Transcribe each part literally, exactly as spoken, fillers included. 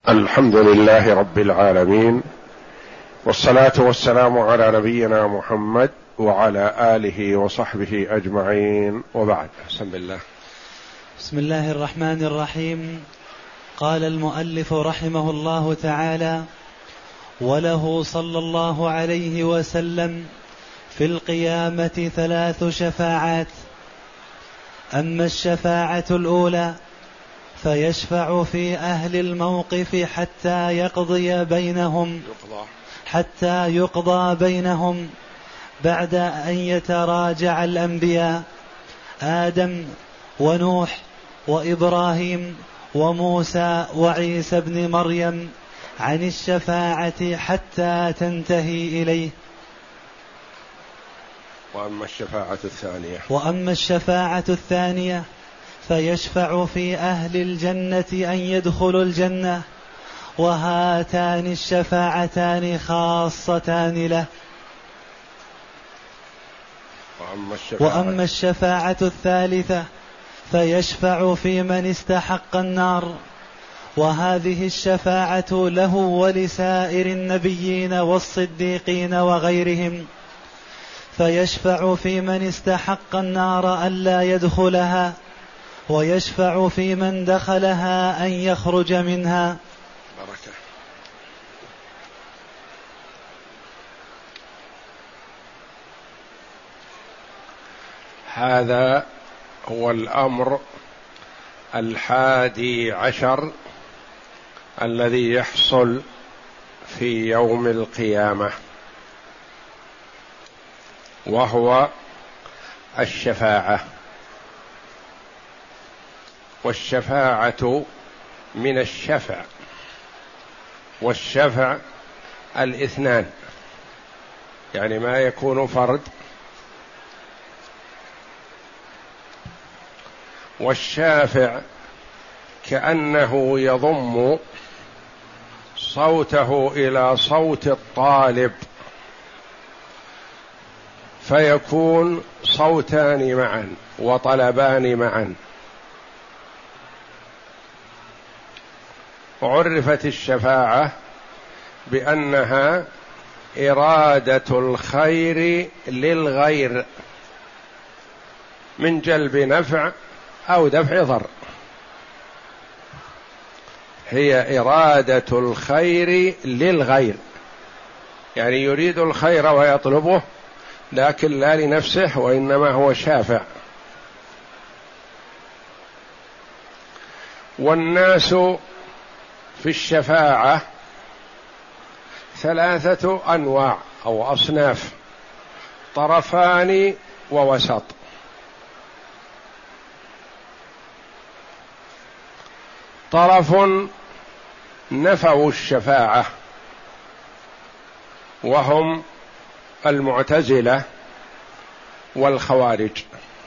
الحمد لله رب العالمين، والصلاة والسلام على نبينا محمد وعلى آله وصحبه أجمعين، وبعد. بسم الله. بسم الله الرحمن الرحيم. قال المؤلف رحمه الله تعالى: وله صلى الله عليه وسلم في القيامة ثلاث شفاعات. أما الشفاعة الأولى فيشفع في أهل الموقف حتى يقضي بينهم حتى يقضى بينهم بعد أن يتراجع الأنبياء آدم ونوح وإبراهيم وموسى وعيسى بن مريم عن الشفاعة حتى تنتهي إليه. وأما الشفاعة الثانية وأما الشفاعة الثانية فيشفع في أهل الجنة أن يدخلوا الجنة، وهاتان الشفاعتان خاصتان له. وأما الشفاعة, وأما الشفاعة الثالثة فيشفع في من استحق النار، وهذه الشفاعة له ولسائر النبيين والصديقين وغيرهم. فيشفع في من استحق النار ألا يدخلها، ويشفع في من دخلها أن يخرج منها. بركة. هذا هو الأمر الحادي عشر الذي يحصل في يوم القيامة، وهو الشفاعة. والشفاعة من الشفع، والشفع الاثنان، يعني ما يكون فرد، والشافع كأنه يضم صوته إلى صوت الطالب فيكون صوتان معا وطلبان معا. وعرفت الشفاعة بأنها إرادة الخير للغير من جلب نفع أو دفع ضر، هي إرادة الخير للغير، يعني يريد الخير ويطلبه لكن لا لنفسه، وإنما هو شافع. والناس في الشفاعة ثلاثة أنواع أو أصناف: طرفان ووسط. طرف نفوا الشفاعة وهم المعتزلة والخوارج،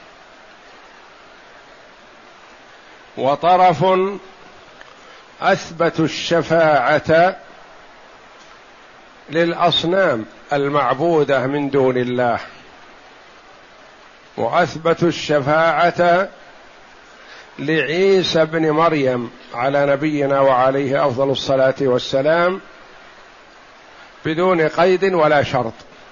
وطرف أثبتوا الشفاعة للأصنام المعبودة من دون الله، وأثبتوا الشفاعة لعيسى بن مريم على نبينا وعليه أفضل الصلاة والسلام بدون قيد ولا شرط.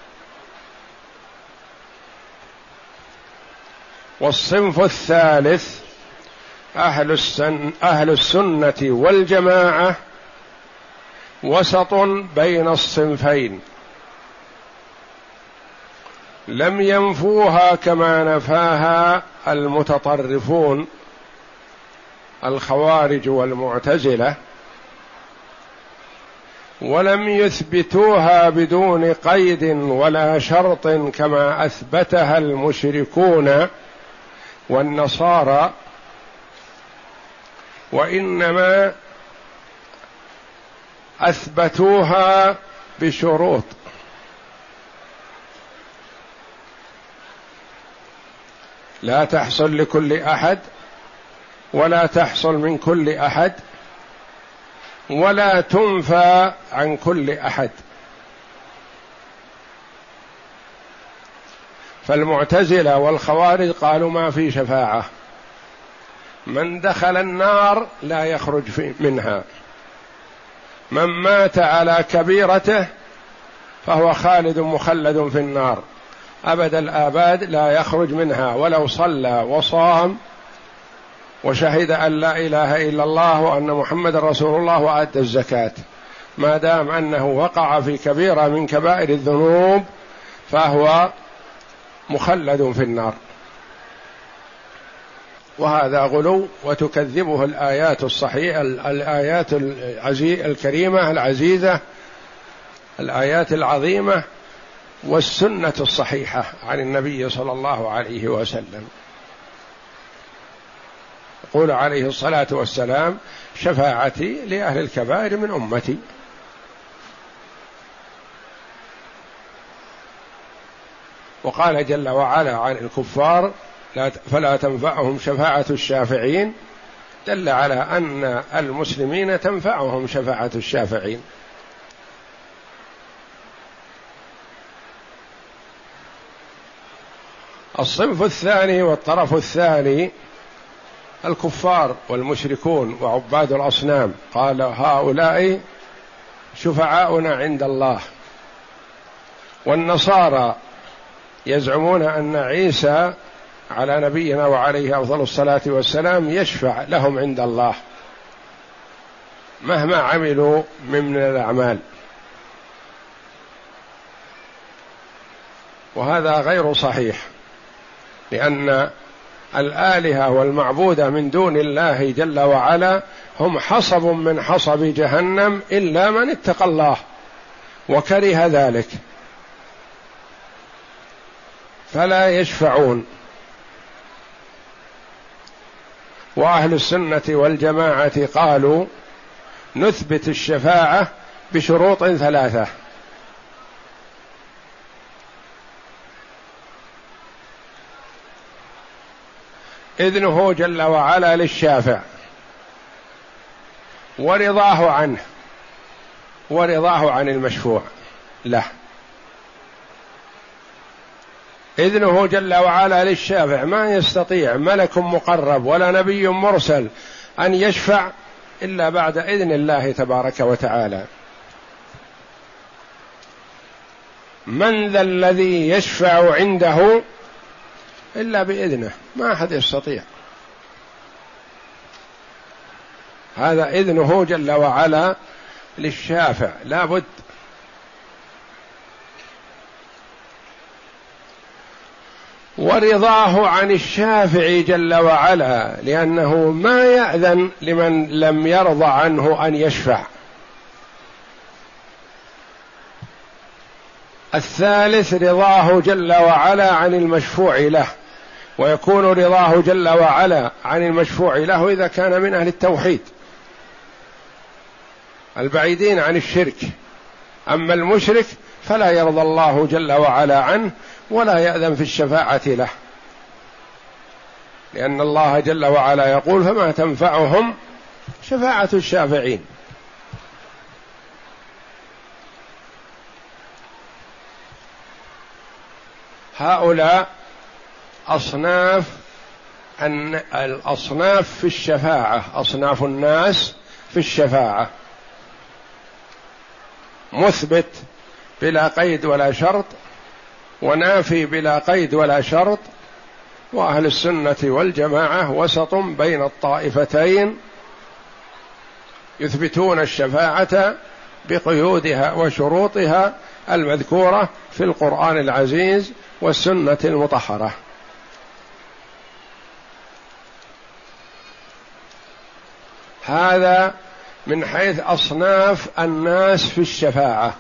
والصنف الثالث أهل السن أهل السنة والجماعة، وسط بين الصنفين، لم ينفوها كما نفاها المتطرفون الخوارج والمعتزلة، ولم يثبتوها بدون قيد ولا شرط كما أثبتها المشركون والنصارى، وإنما أثبتوها بشروط. لا تحصل لكل أحد، ولا تحصل من كل أحد، ولا تنفى عن كل أحد. فالمعتزلة والخوارج قالوا ما في شفاعة، من دخل النار لا يخرج منها، من مات على كبيرته فهو خالد مخلد في النار أبد الآباد لا يخرج منها، ولو صلى وصام وشهد أن لا إله إلا الله وأن محمد رسول الله وأدى الزكاة، ما دام أنه وقع في كبيرة من كبائر الذنوب فهو مخلد في النار. وهذا غلو وتكذبه الآيات الصحيحة، الآيات العزيزة الكريمة العزيزة، الآيات العظيمة والسنة الصحيحة عن النبي صلى الله عليه وسلم. يقول عليه الصلاة والسلام: شفاعتي لأهل الكبائر من أمتي. وقال جل وعلا عن الكفار: فلا تنفعهم شفاعة الشافعين، دل على أن المسلمين تنفعهم شفاعة الشافعين. الصنف الثاني والطرف الثاني الكفار والمشركون وعباد الأصنام، قال: هؤلاء شفعاؤنا عند الله. والنصارى يزعمون أن عيسى على نبينا وعليه أفضل الصلاة والسلام يشفع لهم عند الله مهما عملوا من الأعمال، وهذا غير صحيح، لأن الآلهة والمعبودة من دون الله جل وعلا هم حصب من حصب جهنم إلا من اتقى الله وكره ذلك فلا يشفعون. وأهل السنة والجماعة قالوا: نثبت الشفاعة بشروط ثلاثة: إذنه جل وعلا للشافع، ورضاه عنه، ورضاه عن المشفوع له. إذنه جل وعلا للشافع، ما يستطيع ملك مقرب ولا نبي مرسل أن يشفع إلا بعد إذن الله تبارك وتعالى. من ذا الذي يشفع عنده إلا بإذنه، ما أحد يستطيع. هذا إذنه جل وعلا للشافع لا بد. ورضاه عن الشافع جل وعلا، لأنه ما يأذن لمن لم يرضى عنه أن يشفع. الثالث رضاه جل وعلا عن المشفوع له، ويكون رضاه جل وعلا عن المشفوع له إذا كان من أهل التوحيد البعيدين عن الشرك. أما المشرك فلا يرضى الله جل وعلا عنه ولا يأذن في الشفاعة له، لأن الله جل وعلا يقول: فما تنفعهم شفاعة الشافعين. هؤلاء أصناف الأصناف في الشفاعة، أصناف الناس في الشفاعة: مثبت بلا قيد ولا شرط، ونافي بلا قيد ولا شرط. وأهل السنة والجماعة وسط بين الطائفتين، يثبتون الشفاعة بقيودها وشروطها المذكورة في القرآن العزيز والسنة المطهرة. هذا من حيث أصناف الناس في الشفاعة.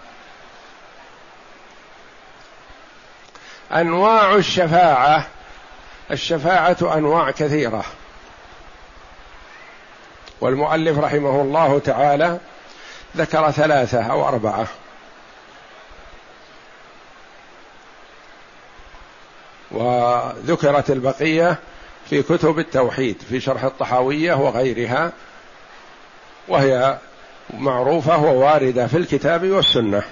أنواع الشفاعة، الشفاعة أنواع كثيرة، والمؤلف رحمه الله تعالى ذكر ثلاثة أو أربعة. وذكرت البقية في كتب التوحيد في شرح الطحاوية وغيرها، وهي معروفة وواردة في الكتاب والسنة.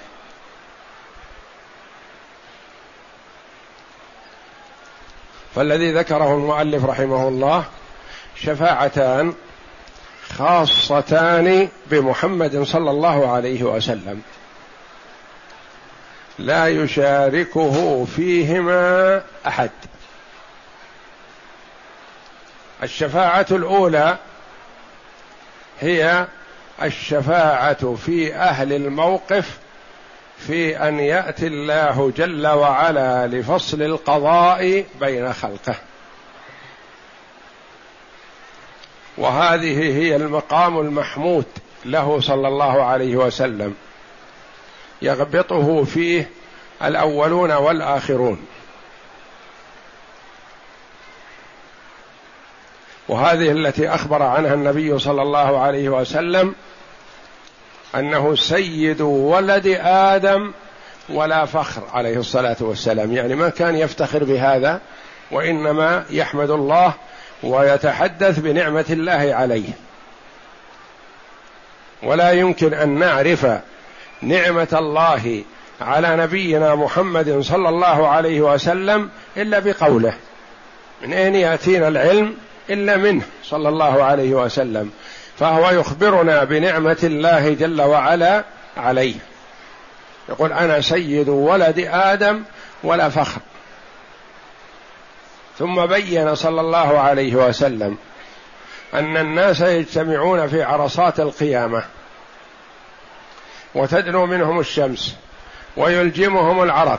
فالذي ذكره المؤلف رحمه الله شفاعتان: خاصتان بمحمد صلى الله عليه وسلم لا يشاركه فيهما أحد. الشفاعة الأولى هي الشفاعة في أهل الموقف في أن يأتي الله جل وعلا لفصل القضاء بين خلقه، وهذه هي المقام المحمود له صلى الله عليه وسلم، يغبطه فيه الأولون والآخرون. وهذه التي أخبر عنها النبي صلى الله عليه وسلم أنه سيد ولد آدم ولا فخر عليه الصلاة والسلام، يعني ما كان يفتخر بهذا، وإنما يحمد الله ويتحدث بنعمة الله عليه. ولا يمكن أن نعرف نعمة الله على نبينا محمد صلى الله عليه وسلم إلا بقوله، من أين يأتينا العلم إلا منه صلى الله عليه وسلم، فهو يخبرنا بنعمة الله جل وعلا عليه، يقول أنا سيد ولد آدم ولا فخر. ثم بين صلى الله عليه وسلم أن الناس يجتمعون في عرصات القيامة وتدنو منهم الشمس ويلجمهم العرق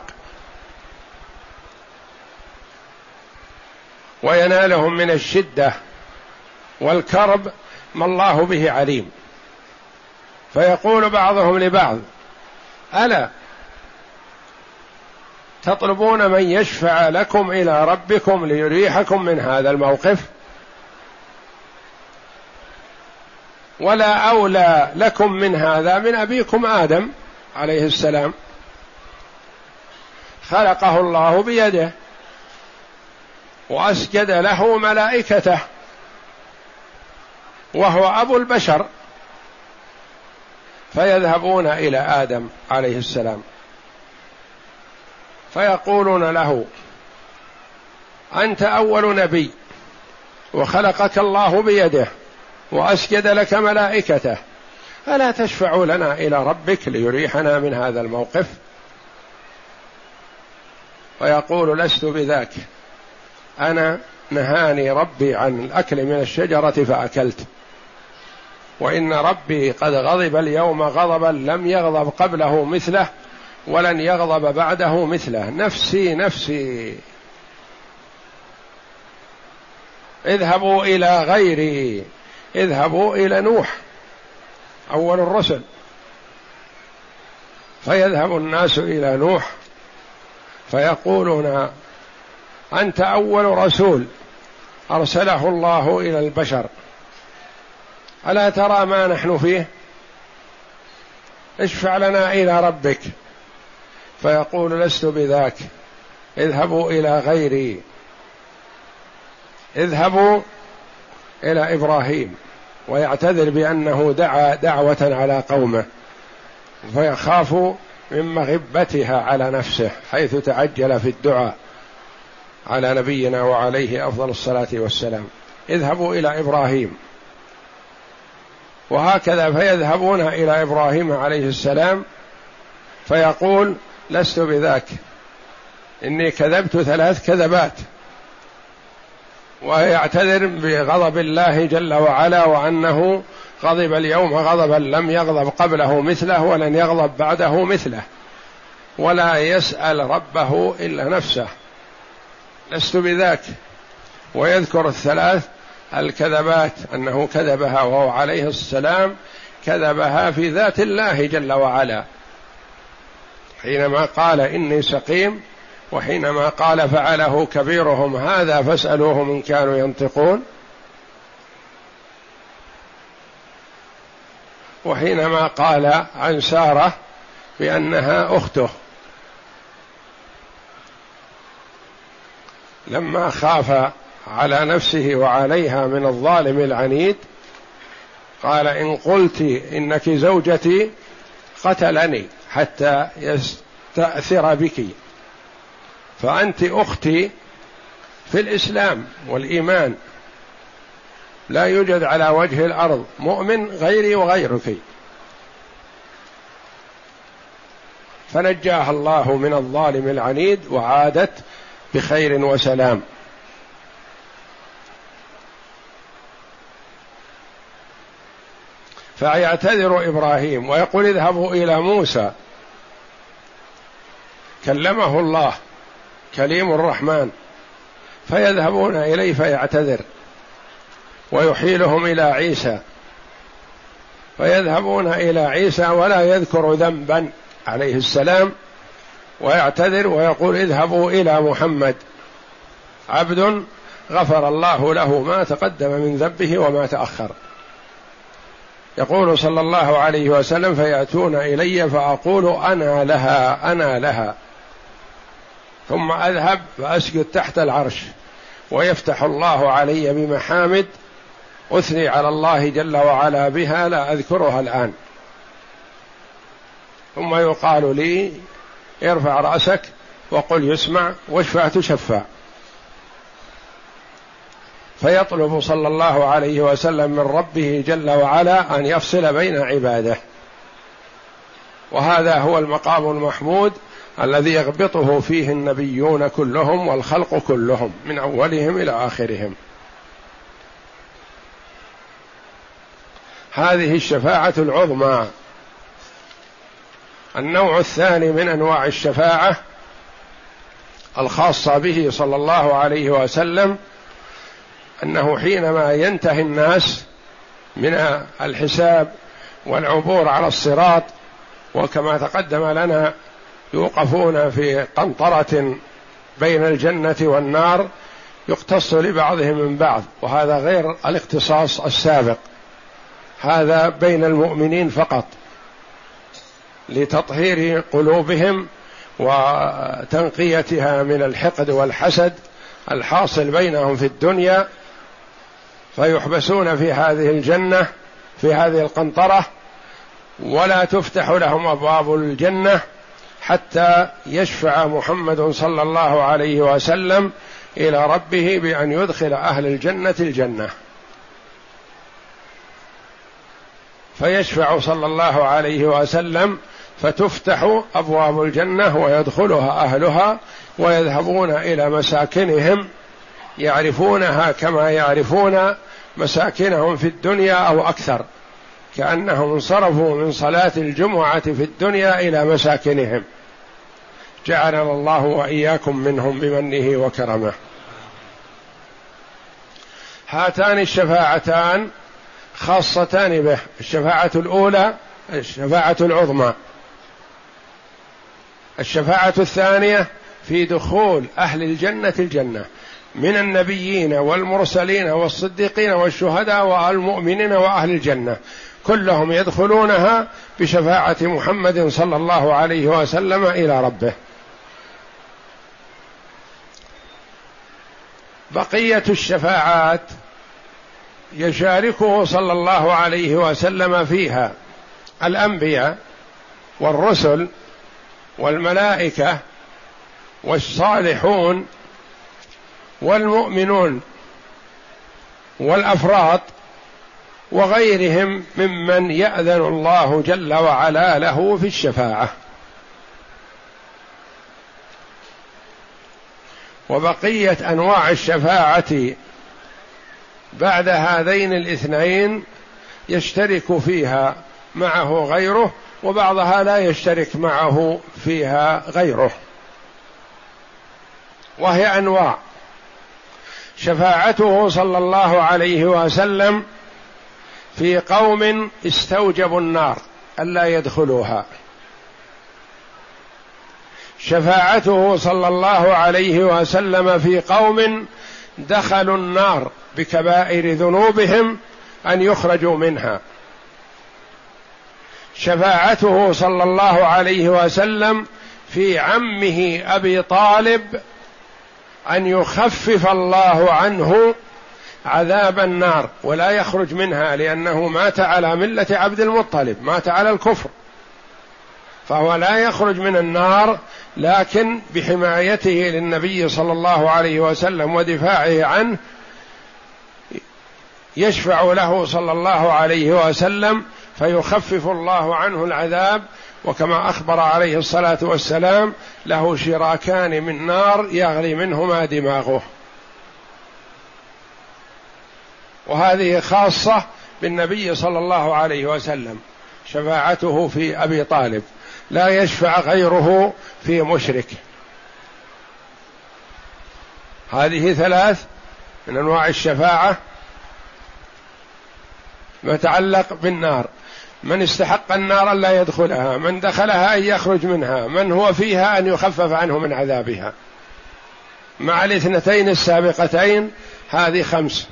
وينالهم من الشدة والكرب ما الله به عليم، فيقول بعضهم لبعض ألا تطلبون من يشفع لكم إلى ربكم ليريحكم من هذا الموقف؟ ولا أولى لكم من هذا من أبيكم آدم عليه السلام، خلقه الله بيده وأسجد له ملائكته وهو أبو البشر، فيذهبون إلى آدم عليه السلام فيقولون له أنت أول نبي وخلقك الله بيده وأسجد لك ملائكته، ألا تشفع لنا إلى ربك ليريحنا من هذا الموقف؟ فيقول لست بذاك، أنا نهاني ربي عن الأكل من الشجرة فأكلت، وإن ربي قد غضب اليوم غضبا لم يغضب قبله مثله ولن يغضب بعده مثله، نفسي نفسي، اذهبوا إلى غيري، اذهبوا إلى نوح أول الرسل. فيذهب الناس إلى نوح فيقولون أنت أول رسول أرسله الله إلى البشر، ألا ترى ما نحن فيه؟ اشفع لنا إلى ربك. فيقول لست بذاك، اذهبوا إلى غيري، اذهبوا إلى إبراهيم، ويعتذر بأنه دعا دعوة على قومه فيخاف من مغبتها على نفسه حيث تعجل في الدعاء على نبينا وعليه أفضل الصلاة والسلام، اذهبوا إلى إبراهيم. وهكذا فيذهبون إلى إبراهيم عليه السلام فيقول لست بذاك، إني كذبت ثلاث كذبات، ويعتذر بغضب الله جل وعلا وأنه غضب اليوم غضبا لم يغضب قبله مثله ولن يغضب بعده مثله، ولا يسأل ربه إلا نفسه، لست بذاك. ويذكر الثلاث الكذبات أنه كذبها وهو عليه السلام كذبها في ذات الله جل وعلا حينما قال إني سقيم، وحينما قال فعله كبيرهم هذا فاسألوهم إن كانوا ينطقون، وحينما قال عن سارة بأنها أخته لما خاف على نفسه وعليها من الظالم العنيد قال إن قلت إنك زوجتي قتلني حتى يستأثر بك، فأنت أختي في الإسلام والإيمان، لا يوجد على وجه الأرض مؤمن غيري وغيرك، فنجاها الله من الظالم العنيد وعادت بخير وسلام. فيعتذر إبراهيم ويقول اذهبوا إلى موسى، كلمه الله كليم الرحمن، فيذهبون إليه فيعتذر ويحيلهم إلى عيسى، فيذهبون إلى عيسى ولا يذكر ذنبا عليه السلام، ويعتذر ويقول اذهبوا إلى محمد عبد غفر الله له ما تقدم من ذنبه وما تأخر. يقول صلى الله عليه وسلم فيأتون إلي فأقول أنا لها أنا لها، ثم أذهب فأسجد تحت العرش ويفتح الله علي بمحامد أثني على الله جل وعلا بها لا أذكرها الآن، ثم يقال لي ارفع رأسك وقل يسمع واشفع تشفع، فيطلب صلى الله عليه وسلم من ربه جل وعلا أن يفصل بين عباده. وهذا هو المقام المحمود الذي يغبطه فيه النبيون كلهم والخلق كلهم من أولهم إلى آخرهم. هذه الشفاعة العظمى. النوع الثاني من أنواع الشفاعة الخاصة به صلى الله عليه وسلم أنه حينما ينتهي الناس من الحساب والعبور على الصراط، وكما تقدم لنا يوقفون في قنطرة بين الجنة والنار يقتص لبعضهم من بعض، وهذا غير الاختصاص السابق، هذا بين المؤمنين فقط لتطهير قلوبهم وتنقيتها من الحقد والحسد الحاصل بينهم في الدنيا، فيحبسون في هذه الجنة في هذه القنطرة ولا تفتح لهم أبواب الجنة حتى يشفع محمد صلى الله عليه وسلم إلى ربه بأن يدخل أهل الجنة الجنة، فيشفع صلى الله عليه وسلم فتفتح أبواب الجنة ويدخلها أهلها ويذهبون إلى مساكنهم يعرفونها كما يعرفون مساكنهم في الدنيا أو أكثر، كأنهم انصرفوا من صلاة الجمعة في الدنيا إلى مساكنهم، جعلنا الله وإياكم منهم بمنه وكرمه. هاتان الشفاعتان خاصتان به، الشفاعة الأولى الشفاعة العظمى، الشفاعة الثانية في دخول أهل الجنة الجنة من النبيين والمرسلين والصديقين والشهداء والمؤمنين وأهل الجنة، كلهم يدخلونها بشفاعة محمد صلى الله عليه وسلم إلى ربه. بقية الشفاعات يشاركه صلى الله عليه وسلم فيها الأنبياء والرسل والملائكة والصالحون والمؤمنون والأفراد وغيرهم ممن يأذن الله جل وعلا له في الشفاعة. وبقية أنواع الشفاعة بعد هذين الاثنين يشترك فيها معه غيره، وبعضها لا يشترك معه فيها غيره، وهي أنواع. شفاعته صلى الله عليه وسلم في قوم استوجبوا النار ألا يدخلوها، شفاعته صلى الله عليه وسلم في قوم دخلوا النار بكبائر ذنوبهم أن يخرجوا منها، شفاعته صلى الله عليه وسلم في عمه أبي طالب أن يخفف الله عنه عذاب النار ولا يخرج منها، لأنه مات على ملة عبد المطلب، مات على الكفر، فهو لا يخرج من النار، لكن بحمايته للنبي صلى الله عليه وسلم ودفاعه عنه يشفع له صلى الله عليه وسلم فيخفف الله عنه العذاب، وكما أخبر عليه الصلاة والسلام له شراكان من نار يغلي منهما دماغه. وهذه خاصة بالنبي صلى الله عليه وسلم، شفاعته في أبي طالب، لا يشفع غيره في مشرك. هذه ثلاث من أنواع الشفاعة يتعلق بالنار: من استحق النار ألا يدخلها، من دخلها أن يخرج منها، من هو فيها أن يخفف عنه من عذابها، مع الاثنتين السابقتين. هذه خمس.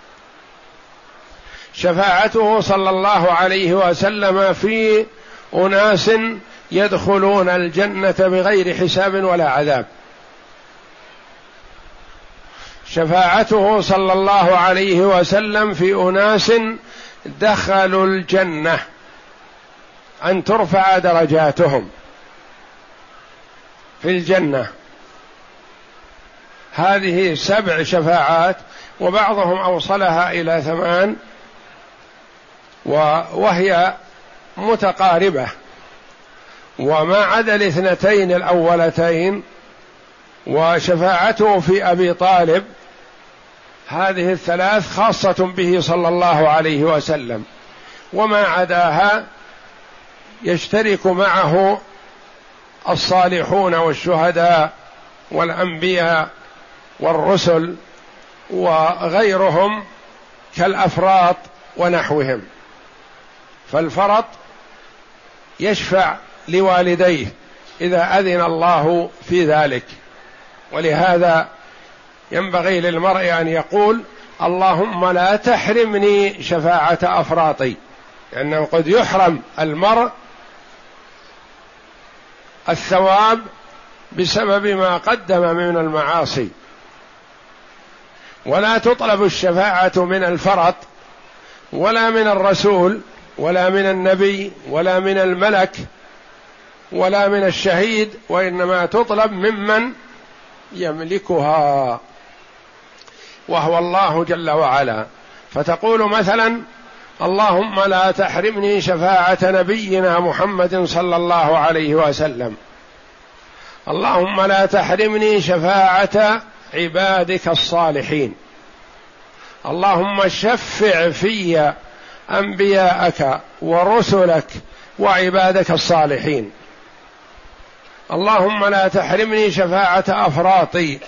شفاعته صلى الله عليه وسلم في أناس يدخلون الجنة بغير حساب ولا عذاب. شفاعته صلى الله عليه وسلم في أناس دخلوا الجنة أن ترفع درجاتهم في الجنة. هذه سبع شفاعات، وبعضهم أوصلها إلى ثمان وهي متقاربة، وما عدا الاثنتين الأولتين وشفاعته في أبي طالب، هذه الثلاث خاصة به صلى الله عليه وسلم، وما عداها يشترك معه الصالحون والشهداء والأنبياء والرسل وغيرهم كالأفراط ونحوهم. فالفرط يشفع لوالديه إذا أذن الله في ذلك، ولهذا ينبغي للمرء أن يقول: اللهم لا تحرمني شفاعة أفراطي، لأنه قد يحرم المرء الثواب بسبب ما قدم من المعاصي. ولا تطلب الشفاعة من الفرط ولا من الرسول ولا من النبي ولا من الملك ولا من الشهيد، وإنما تطلب ممن يملكها وهو الله جل وعلا. فتقول مثلا: اللهم لا تحرمني شفاعة نبينا محمد صلى الله عليه وسلم، اللهم لا تحرمني شفاعة عبادك الصالحين، اللهم شفع في أنبياءك ورسلك وعبادك الصالحين، اللهم لا تحرمني شفاعة أفراطي،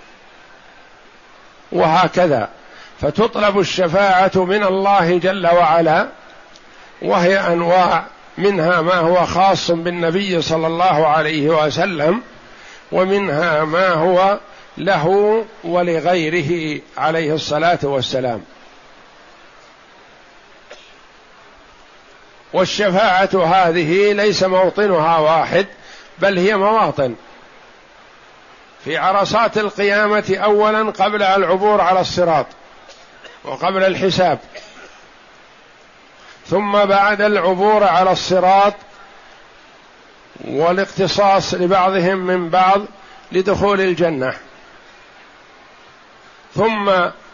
وهكذا. فتطلب الشفاعة من الله جل وعلا، وهي أنواع، منها ما هو خاص بالنبي صلى الله عليه وسلم، ومنها ما هو له ولغيره عليه الصلاة والسلام. والشفاعة هذه ليس موطنها واحد، بل هي مواطن. في عرصات القيامة أولا قبل العبور على الصراط وقبل الحساب، ثم بعد العبور على الصراط والاقتصاص لبعضهم من بعض لدخول الجنة، ثم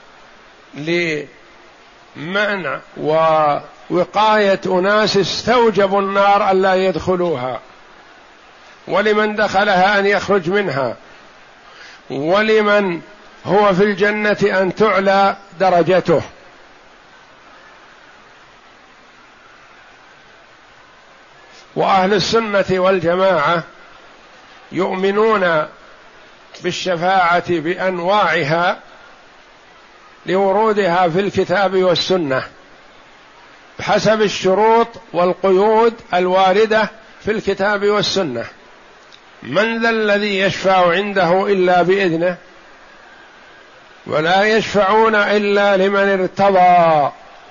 لمنع ووقاية أناس استوجبوا النار ألا يدخلوها، ولمن دخلها أن يخرج منها، ولمن هو في الجنة أن تعلى درجته. وأهل السنة والجماعة يؤمنون بالشفاعة بأنواعها لورودها في الكتاب والسنة بحسب الشروط والقيود الواردة في الكتاب والسنة. من ذا الذي يشفع عنده إلا بإذنه، ولا يشفعون إلا لمن ارتضى.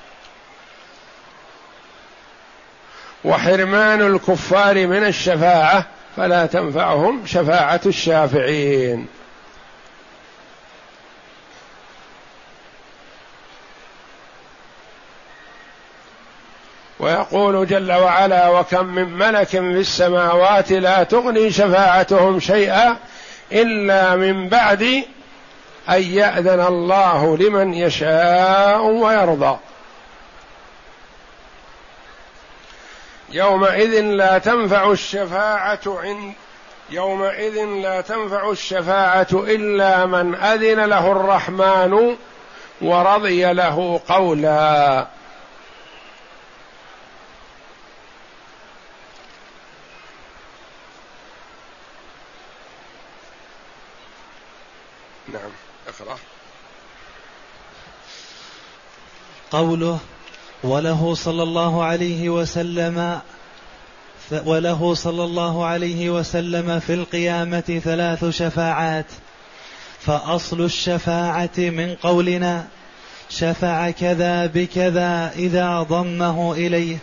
وحرمان الكفار من الشفاعة فلا تنفعهم شفاعة الشافعين. ويقول جل وعلا: وكم من ملك في السماوات لا تغني شفاعتهم شيئا إلا من بعد أن يأذن الله لمن يشاء ويرضى. يومئذ لا تنفع الشفاعة عند يومئذ لا تنفع الشفاعة إلا من أذن له الرحمن ورضي له قولا. نعم اقرأ. قوله وله صلى الله عليه وسلم وله صلى الله عليه وسلم في القيامة ثلاث شفاعات. فأصل الشفاعة من قولنا شفع كذا بكذا إذا ضمه إليه،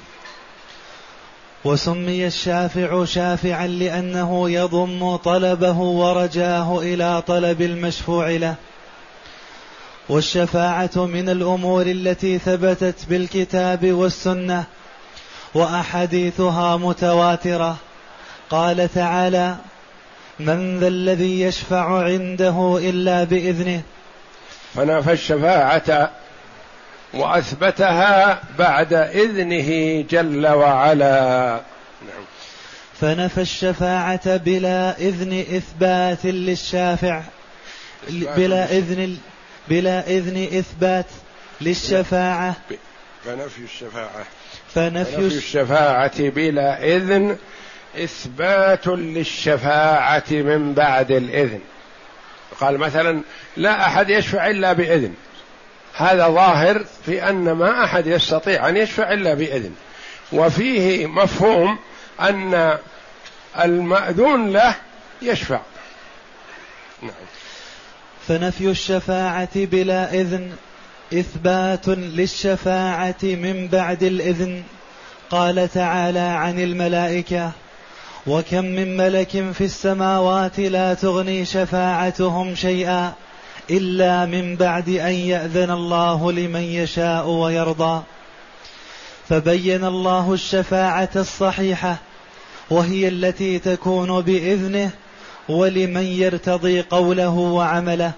وسمي الشافع شافعا لأنه يضم طلبه ورجاه إلى طلب المشفوع له. والشفاعة من الأمور التي ثبتت بالكتاب والسنة وأحاديثها متواترة. قال تعالى: من ذا الذي يشفع عنده إلا بإذنه. فنفى الشفاعة وأثبتها بعد إذنه جل وعلا. نعم. فنفى الشفاعة بلا إذن إثبات للشافع بلا إذن بلا إذن إثبات للشفاعة. فنفي الشفاعة فنفي, فنفي الشفاعة بلا إذن إثبات للشفاعة من بعد الإذن. قال مثلا لا أحد يشفع إلا بإذن، هذا ظاهر في أن ما أحد يستطيع أن يشفع إلا بإذن، وفيه مفهوم أن المأذون له يشفع. نعم. فنفي الشفاعة بلا إذن إثبات للشفاعة من بعد الإذن. قال تعالى عن الملائكة: وكم من ملك في السماوات لا تغني شفاعتهم شيئا إلا من بعد أن يأذن الله لمن يشاء ويرضى. فبين الله الشفاعة الصحيحة وهي التي تكون بإذنه ولمن يرتضي قوله وعمله.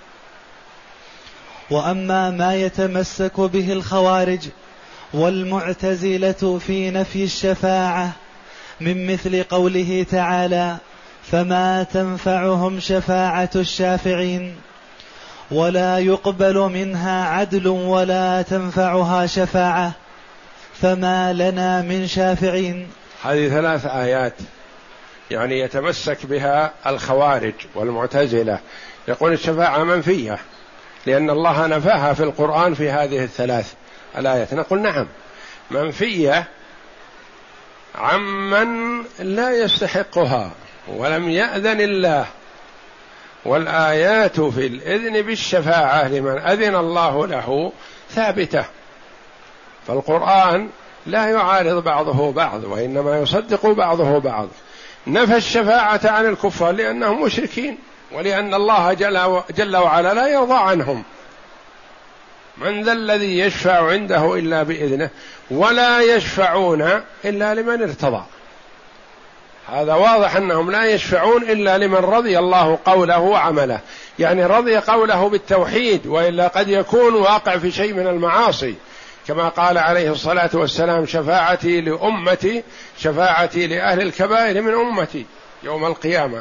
وأما ما يتمسك به الخوارج والمعتزلة في نفي الشفاعة من مثل قوله تعالى: فما تنفعهم شفاعة الشافعين، ولا يقبل منها عدل ولا تنفعها شفاعة، فما لنا من شافعين. هذه ثلاث آيات يعني يتمسك بها الخوارج والمعتزلة، يقول الشفاعة منفية لأن الله نفاها في القرآن في هذه الثلاث الآيات. نقول نعم منفية عمن لا يستحقها ولم يأذن الله، والآيات في الإذن بالشفاعة لمن أذن الله له ثابتة، فالقرآن لا يعارض بعضه بعض وإنما يصدق بعضه بعض. نفى الشفاعة عن الكفار لأنهم مشركين ولأن الله جل, جل وعلا لا يرضى عنهم. من ذا الذي يشفع عنده إلا بإذنه ولا يشفعون إلا لمن ارتضى. هذا واضح أنهم لا يشفعون إلا لمن رضي الله قوله وعمله، يعني رضي قوله بالتوحيد، وإلا قد يكون واقع في شيء من المعاصي، كما قال عليه الصلاة والسلام: شفاعتي لأمتي شفاعتي لأهل الكبائر من أمتي يوم القيامة.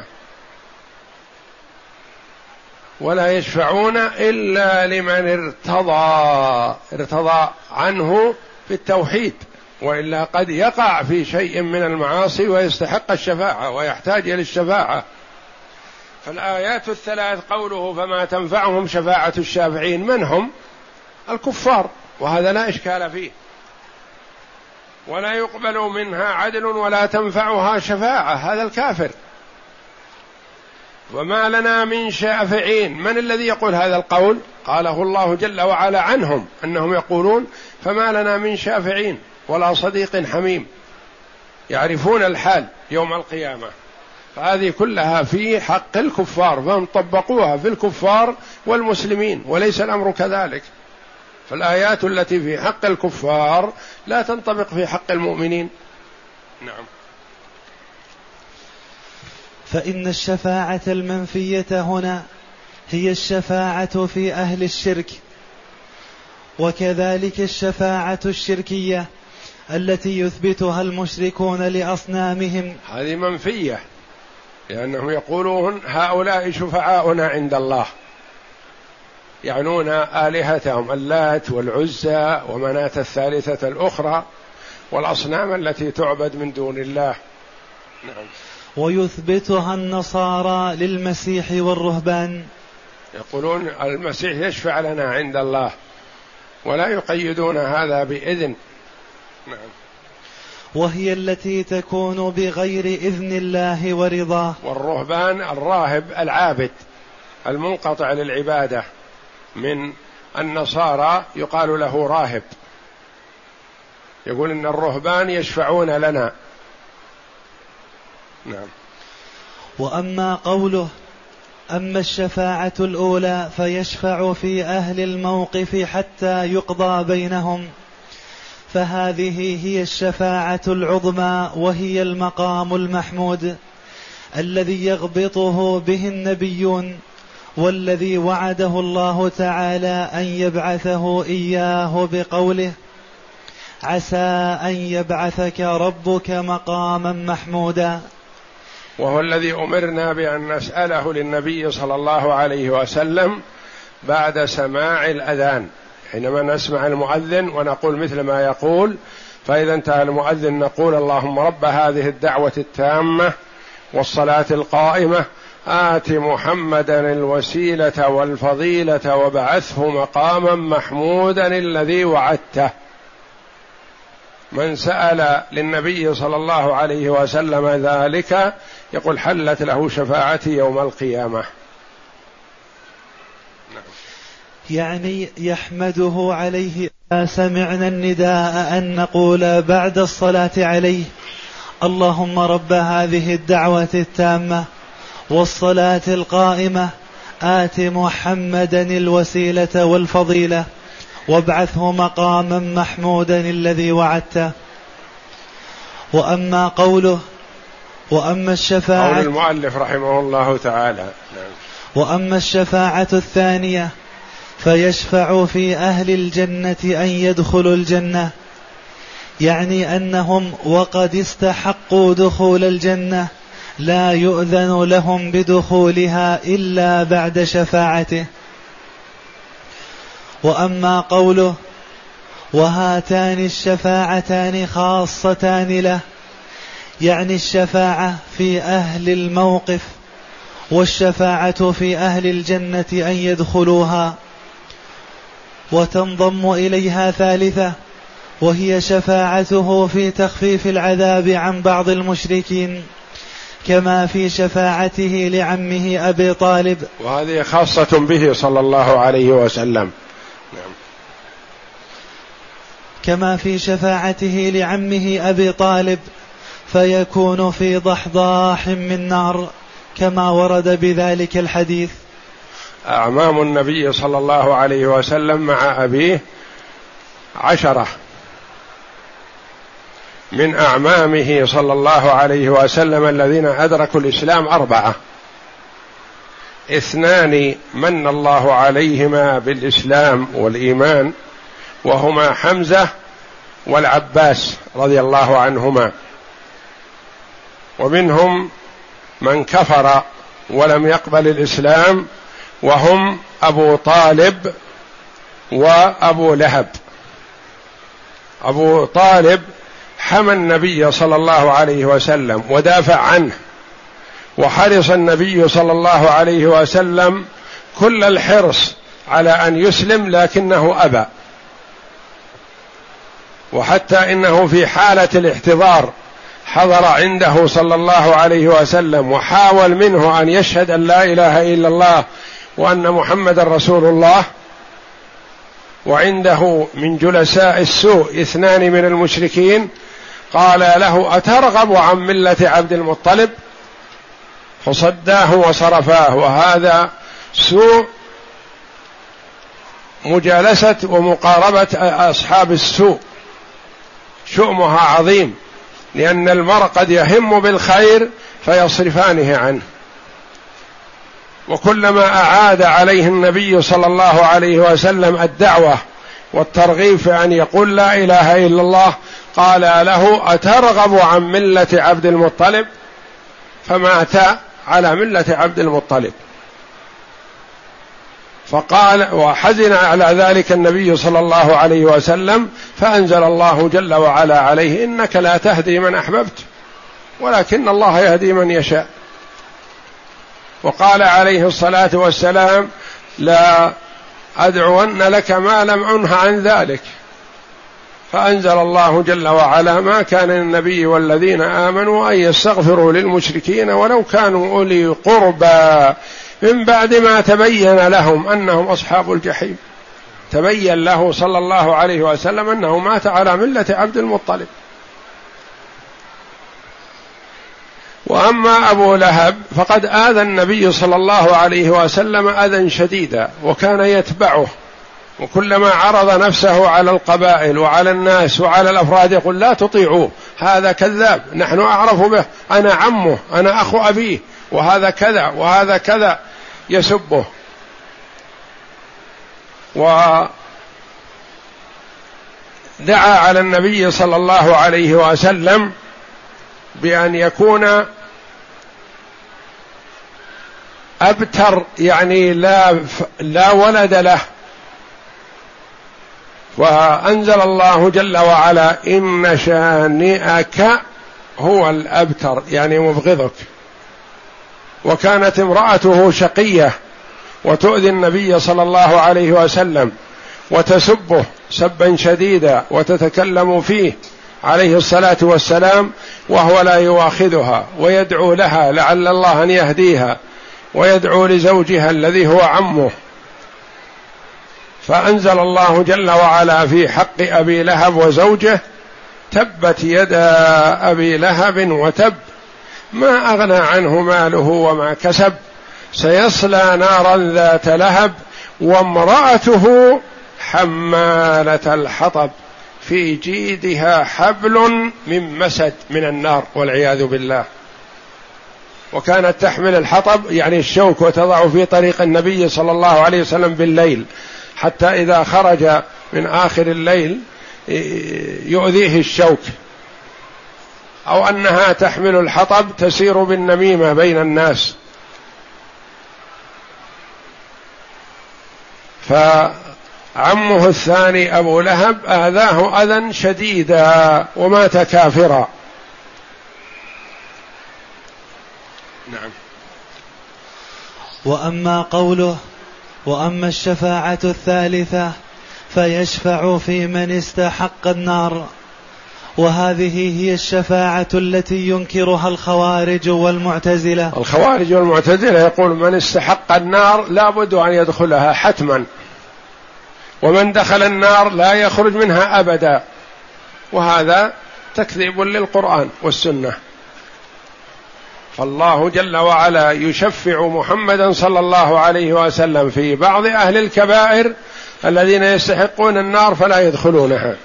ولا يشفعون إلا لمن ارتضى ارتضى عنه في التوحيد، وإلا قد يقع في شيء من المعاصي ويستحق الشفاعة ويحتاج إلى الشفاعة. فالآيات الثلاث قوله فما تنفعهم شفاعة الشافعين، من هم؟ الكفار، وهذا لا إشكال فيه. ولا يقبل منها عدل ولا تنفعها شفاعة، هذا الكافر. وما لنا من شافعين، من الذي يقول هذا القول؟ قاله الله جل وعلا عنهم أنهم يقولون فما لنا من شافعين ولا صديق حميم، يعرفون الحال يوم القيامة. فهذه كلها في حق الكفار، فهم طبقوها في الكفار والمسلمين، وليس الأمر كذلك. فالآيات التي في حق الكفار لا تنطبق في حق المؤمنين. نعم. فإن الشفاعة المنفية هنا هي الشفاعة في أهل الشرك، وكذلك الشفاعة الشركية التي يثبتها المشركون لأصنامهم، هذه منفية، لأنهم يقولون هؤلاء شفعاؤنا عند الله، يعنون آلهتهم اللات والعزى ومناة الثالثة الأخرى والأصنام التي تعبد من دون الله. نعم. ويثبتها النصارى للمسيح والرهبان، يقولون المسيح يشفع لنا عند الله، ولا يقيدون هذا بإذن. نعم. وهي التي تكون بغير إذن الله ورضاه. والرهبان الراهب العابد المنقطع للعبادة من النصارى يقال له راهب، يقول إن الرهبان يشفعون لنا. نعم. وأما قوله أما الشفاعة الأولى فيشفع في أهل الموقف حتى يقضى بينهم، فهذه هي الشفاعة العظمى، وهي المقام المحمود الذي يغبطه به النبيون، والذي وعده الله تعالى أن يبعثه إياه بقوله عسى أن يبعثك ربك مقاما محمودا، وهو الذي أمرنا بأن نسأله للنبي صلى الله عليه وسلم بعد سماع الأذان، حينما نسمع المؤذن ونقول مثل ما يقول، فإذا انتهى المؤذن نقول اللهم رب هذه الدعوة التامة والصلاة القائمة آت محمدا الوسيلة والفضيلة وابعثه مقاما محمودا الذي وعدته. من سأل للنبي صلى الله عليه وسلم ذلك يقول حلت له شفاعتي يوم القيامة. يعني يحمده عليه. سمعنا النداء أن نقول بعد الصلاة عليه اللهم رب هذه الدعوة التامة والصلاة القائمة آت محمدا الوسيلة والفضيلة وابعثه مقاما محمودا الذي وعدته. وأما قوله وأما الشفاعة، قول المؤلف رحمه الله تعالى، وأما الشفاعة الثانية فيشفع في أهل الجنة أن يدخلوا الجنة، يعني أنهم وقد استحقوا دخول الجنة لا يؤذن لهم بدخولها إلا بعد شفاعته. وأما قوله وهاتان الشفاعتان خاصتان له، يعني الشفاعة في أهل الموقف والشفاعة في أهل الجنة أن يدخلوها، وتنضم إليها ثالثة وهي شفاعته في تخفيف العذاب عن بعض المشركين، كما في شفاعته لعمه أبي طالب، وهذه خاصة به صلى الله عليه وسلم. نعم. كما في شفاعته لعمه أبي طالب فيكون في ضحضاح من نار، كما ورد بذلك الحديث. أعمام النبي صلى الله عليه وسلم مع أبيه عشرة، من أعمامه صلى الله عليه وسلم الذين أدركوا الإسلام أربعة، اثنان من الله عليهما بالإسلام والإيمان وهما حمزة والعباس رضي الله عنهما، ومنهم من كفر ولم يقبل الإسلام وهم أبو طالب وأبو لهب. أبو طالب حمى النبي صلى الله عليه وسلم ودافع عنه، وحرص النبي صلى الله عليه وسلم كل الحرص على أن يسلم لكنه أبى، وحتى إنه في حالة الاحتضار حضر عنده صلى الله عليه وسلم وحاول منه أن يشهد أن لا إله إلا الله وأن محمد رسول الله، وعنده من جلساء السوء اثنان من المشركين قال له أترغب عن ملة عبد المطلب؟ فصداه وصرفاه. وهذا سوء مجالسة ومقاربة أصحاب السوء، شؤمها عظيم، لأن المرء قد يهم بالخير فيصرفانه عنه. وكلما أعاد عليه النبي صلى الله عليه وسلم الدعوة والترغيب في أن يقول لا إله إلا الله قال له أترغب عن ملة عبد المطلب؟ فمات على ملة عبد المطلب. فقال وحزن على ذلك النبي صلى الله عليه وسلم، فأنزل الله جل وعلا عليه إنك لا تهدي من أحببت ولكن الله يهدي من يشاء. وقال عليه الصلاة والسلام لا أدعون لك ما لم أنه عن ذلك. فأنزل الله جل وعلا ما كان للنبي والذين آمنوا أن يستغفروا للمشركين ولو كانوا أولي قربى من بعد ما تبين لهم أنهم أصحاب الجحيم. تبين له صلى الله عليه وسلم أنه مات على ملة عبد المطلب. وأما أبو لهب فقد آذى النبي صلى الله عليه وسلم أذى شديدا وكان يتبعه، وكلما عرض نفسه على القبائل وعلى الناس وعلى الأفراد يقول لا تطيعوه، هذا كذاب، نحن أعرف به، أنا عمه، أنا أخو أبيه، وهذا كذا وهذا كذا، يسبه. ودعا على النبي صلى الله عليه وسلم بأن يكون أبتر، يعني لا لا ولد له. وأنزل الله جل وعلا إن شانئك هو الأبتر، يعني مبغضك. وكانت امرأته شقية وتؤذي النبي صلى الله عليه وسلم وتسبه سبا شديدا وتتكلم فيه عليه الصلاة والسلام وهو لا يواخذها، ويدعو لها لعل الله أن يهديها، ويدعو لزوجها الذي هو عمه. فأنزل الله جل وعلا في حق أبي لهب وزوجه تبت يدا أبي لهب وتب ما أغنى عنه ماله وما كسب سيصلى نارا ذات لهب وامرأته حمالة الحطب في جيدها حبل من مسد من النار والعياذ بالله. وكانت تحمل الحطب يعني الشوك وتضع في طريق النبي صلى الله عليه وسلم بالليل، حتى إذا خرج من آخر الليل يؤذيه الشوك، أو أنها تحمل الحطب تسير بالنميمة بين الناس. فعمه الثاني أبو لهب آذاه أذى شديدا ومات كافرا. نعم. وأما قوله وأما الشفاعة الثالثة فيشفع في من استحق النار، وهذه هي الشفاعة التي ينكرها الخوارج والمعتزلة. الخوارج والمعتزلة يقول من استحق النار لا بد أن يدخلها حتما، ومن دخل النار لا يخرج منها أبدا، وهذا تكذيب للقرآن والسنة. فالله جل وعلا يشفع محمدا صلى الله عليه وسلم في بعض أهل الكبائر الذين يستحقون النار فلا يدخلونها،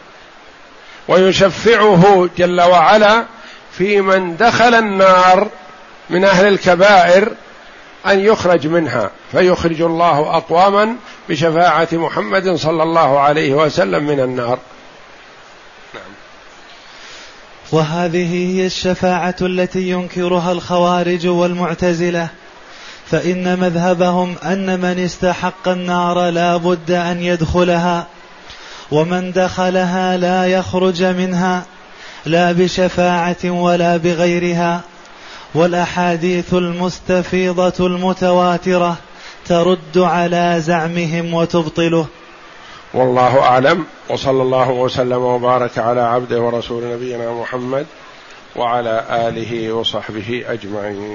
ويشفعه جل وعلا في من دخل النار من أهل الكبائر أن يخرج منها، فيخرج الله أقواما بشفاعة محمد صلى الله عليه وسلم من النار. وهذه هي الشفاعة التي ينكرها الخوارج والمعتزلة، فإن مذهبهم أن من استحق النار لا بد أن يدخلها، ومن دخلها لا يخرج منها لا بشفاعة ولا بغيرها. والأحاديث المستفيضة المتواترة ترد على زعمهم وتبطله. والله أعلم، وصلى الله وسلم وبارك على عبده ورسول نبينا محمد وعلى آله وصحبه أجمعين.